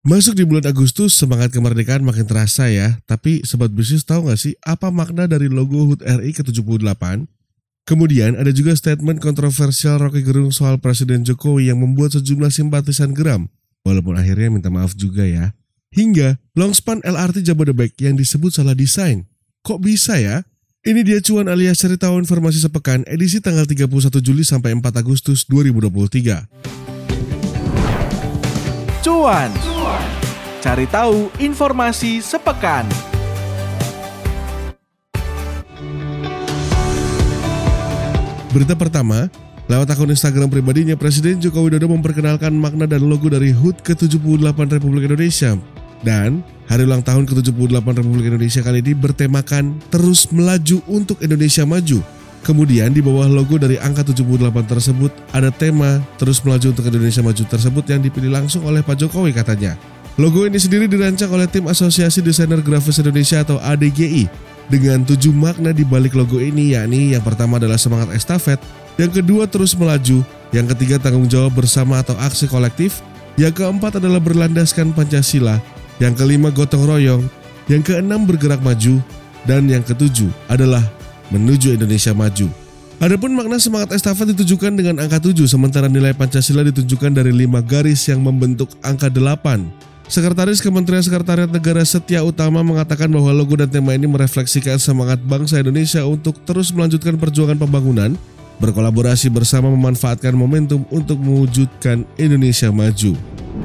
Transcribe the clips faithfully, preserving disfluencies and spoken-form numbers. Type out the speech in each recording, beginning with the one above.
Masuk di bulan Agustus, semangat kemerdekaan makin terasa ya. Tapi Sobat Bisnis tahu nggak sih apa makna dari logo H U T R I ke tujuh puluh delapan? Kemudian ada juga statement kontroversial Roky Gerung soal Presiden Jokowi yang membuat sejumlah simpatisan geram. Walaupun akhirnya minta maaf juga ya. Hingga longspan L R T Jabodebek yang disebut salah desain. Kok bisa ya? Ini dia cuan alias cerita informasi sepekan edisi tanggal tiga puluh satu Juli sampai empat Agustus dua ribu dua puluh tiga. Cuan, cari tahu informasi sepekan. Berita pertama, lewat akun Instagram pribadinya, Presiden Joko Widodo memperkenalkan makna dan logo dari H U T ke tujuh puluh delapan Republik Indonesia. Dan hari ulang tahun ke tujuh puluh delapan Republik Indonesia kali ini bertemakan terus melaju untuk Indonesia maju. Kemudian di bawah logo dari angka tujuh puluh delapan tersebut ada tema terus melaju untuk Indonesia maju tersebut yang dipilih langsung oleh Pak Jokowi katanya. Logo ini sendiri dirancang oleh tim Asosiasi Desainer Grafis Indonesia atau A D G I dengan tujuh makna di balik logo ini, yakni yang pertama adalah semangat estafet, yang kedua terus melaju, yang ketiga tanggung jawab bersama atau aksi kolektif, yang keempat adalah berlandaskan Pancasila, yang kelima gotong royong, yang keenam bergerak maju, dan yang ketujuh adalah menuju Indonesia maju. Adapun makna semangat estafet ditujukan dengan angka tujuh, sementara nilai Pancasila ditunjukkan dari lima garis yang membentuk angka delapan. Sekretaris Kementerian Sekretariat Negara Setia Utama mengatakan bahwa logo dan tema ini merefleksikan semangat bangsa Indonesia untuk terus melanjutkan perjuangan pembangunan, berkolaborasi bersama memanfaatkan momentum untuk mewujudkan Indonesia maju.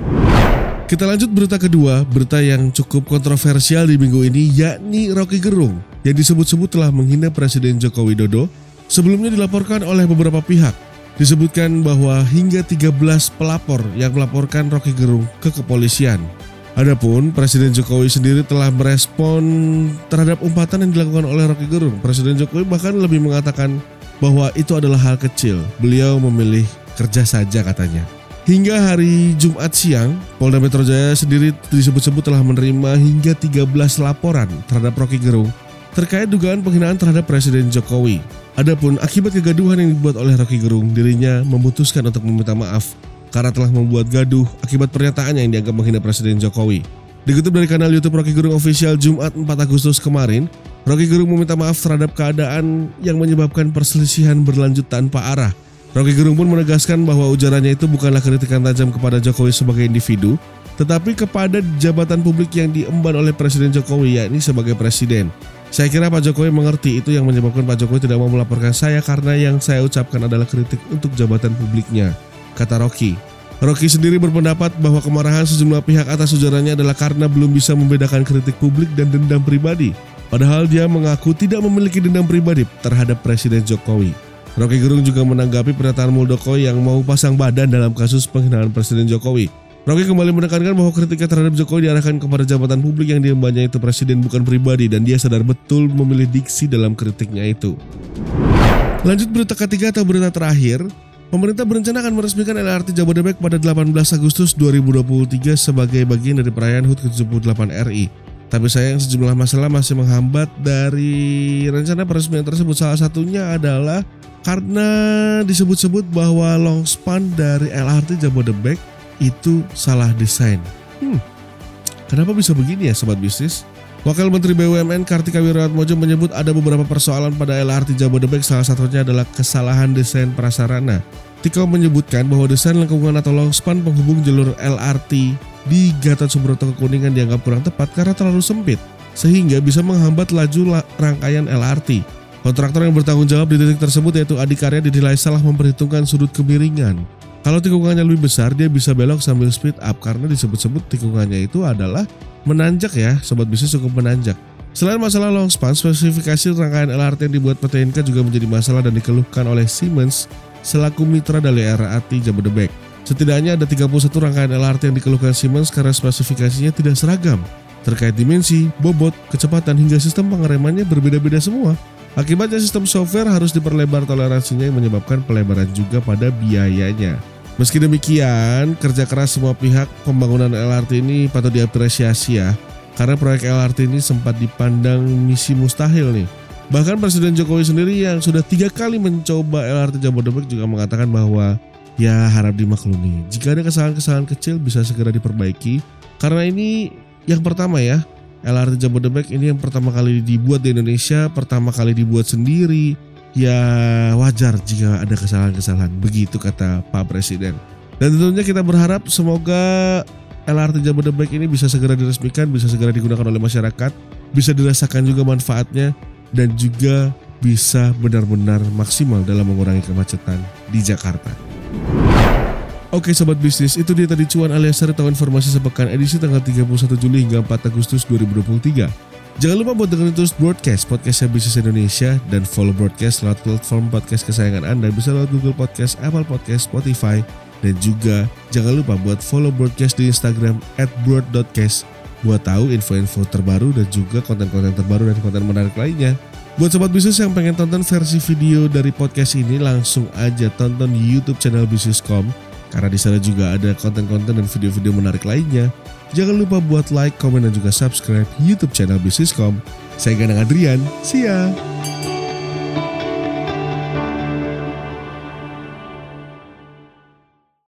Kita lanjut berita kedua, berita yang cukup kontroversial di minggu ini, yakni Roky Gerung yang disebut-sebut telah menghina Presiden Joko Widodo. Sebelumnya dilaporkan oleh beberapa pihak. Disebutkan bahwa hingga tiga belas pelapor yang melaporkan Roky Gerung ke kepolisian. Adapun Presiden Jokowi sendiri telah merespon terhadap umpatan yang dilakukan oleh Roky Gerung. Presiden Jokowi bahkan lebih mengatakan bahwa itu adalah hal kecil. Beliau memilih kerja saja katanya. Hingga hari Jumat siang, Polda Metro Jaya sendiri disebut-sebut telah menerima hingga tiga belas laporan terhadap Roky Gerung terkait dugaan penghinaan terhadap Presiden Jokowi. Adapun akibat kegaduhan yang dibuat oleh Roky Gerung, dirinya memutuskan untuk meminta maaf karena telah membuat gaduh akibat pernyataannya yang dianggap menghina Presiden Jokowi. Dikutip dari kanal YouTube Roky Gerung Official Jumat empat Agustus kemarin, Roky Gerung meminta maaf terhadap keadaan yang menyebabkan perselisihan berlanjut tanpa arah. Roky Gerung pun menegaskan bahwa ujarannya itu bukanlah kritikan tajam kepada Jokowi sebagai individu, tetapi kepada jabatan publik yang diemban oleh Presiden Jokowi, yakni sebagai presiden. Saya kira Pak Jokowi mengerti itu yang menyebabkan Pak Jokowi tidak mau melaporkan saya karena yang saya ucapkan adalah kritik untuk jabatan publiknya, kata Roky. Roky sendiri berpendapat bahwa kemarahan sejumlah pihak atas ujarannya adalah karena belum bisa membedakan kritik publik dan dendam pribadi. Padahal dia mengaku tidak memiliki dendam pribadi terhadap Presiden Jokowi. Roky Gerung juga menanggapi pernyataan Muldoko yang mau pasang badan dalam kasus penghinaan Presiden Jokowi. Roky kembali menekankan bahwa kritiknya terhadap Jokowi diarahkan kepada jabatan publik yang diembannya itu presiden bukan pribadi, dan dia sadar betul memilih diksi dalam kritiknya itu. Lanjut berita ketiga atau berita terakhir, pemerintah berencana akan meresmikan L R T Jabodebek pada delapan belas Agustus dua ribu dua puluh tiga sebagai bagian dari perayaan H U T ke tujuh puluh delapan R I. Tapi sayang sejumlah masalah masih menghambat dari rencana peresmian tersebut. Salah satunya adalah karena disebut-sebut bahwa longspan dari L R T Jabodebek itu salah desain. Hmm, kenapa bisa begini ya Sobat Bisnis? Wakil Menteri B U M N Kartika Wirjoatmojo menyebut ada beberapa persoalan pada L R T Jabodebek, salah satunya adalah kesalahan desain prasarana. Tiko menyebutkan bahwa desain lengkungan atau longspan penghubung jalur L R T di Gatot Subroto ke Kuningan dianggap kurang tepat karena terlalu sempit, sehingga bisa menghambat laju rangkaian L R T. Kontraktor yang bertanggung jawab di titik tersebut yaitu Adikarya dinilai salah memperhitungkan sudut kemiringan. Kalau tikungannya lebih besar, dia bisa belok sambil speed up karena disebut-sebut tikungannya itu adalah menanjak ya, Sobat Bisnis, cukup menanjak. Selain masalah longspan, spesifikasi rangkaian L R T yang dibuat P T Inka juga menjadi masalah dan dikeluhkan oleh Siemens selaku mitra dari L R T Jabodebek. Setidaknya ada tiga puluh satu rangkaian L R T yang dikeluhkan Siemens karena spesifikasinya tidak seragam. Terkait dimensi, bobot, kecepatan hingga sistem pengeremannya berbeda-beda semua. Akibatnya sistem software harus diperlebar toleransinya yang menyebabkan pelebaran juga pada biayanya. Meski demikian, kerja keras semua pihak pembangunan L R T ini patut diapresiasi ya, karena proyek L R T ini sempat dipandang misi mustahil nih. Bahkan Presiden Jokowi sendiri yang sudah tiga kali mencoba L R T Jabodebek juga mengatakan bahwa ya harap dimaklumi, jika ada kesalahan-kesalahan kecil bisa segera diperbaiki Karena ini yang pertama ya, L R T Jabodebek ini yang pertama kali dibuat di Indonesia, pertama kali dibuat sendiri. Ya wajar jika ada kesalahan-kesalahan, begitu kata Pak Presiden. Dan tentunya kita berharap semoga L R T Jabodebek ini bisa segera diresmikan, bisa segera digunakan oleh masyarakat, bisa dirasakan juga manfaatnya, dan juga bisa benar-benar maksimal dalam mengurangi kemacetan di Jakarta. Oke Sobat Bisnis, itu dia tadi cuan alias cari tahu informasi sepekan edisi tanggal tiga puluh satu Juli hingga empat Agustus dua ribu dua puluh tiga. Jangan lupa buat dengerin terus Broadcast, podcastnya Bisnis Indonesia, dan follow Broadcast lewat platform podcast kesayangan Anda, bisa lewat Google Podcast, Apple Podcast, Spotify, dan juga jangan lupa buat follow Broadcast di Instagram at broad dot cast buat tahu info-info terbaru dan juga konten-konten terbaru dan konten menarik lainnya. Buat Sobat Bisnis yang pengen tonton versi video dari podcast ini, langsung aja tonton YouTube channel Bisnis dot com. Karena di sana juga ada konten-konten dan video-video menarik lainnya. Jangan lupa buat like, komen, dan juga subscribe YouTube channel Bisnis dot com. Saya Ganang Adrian, see ya!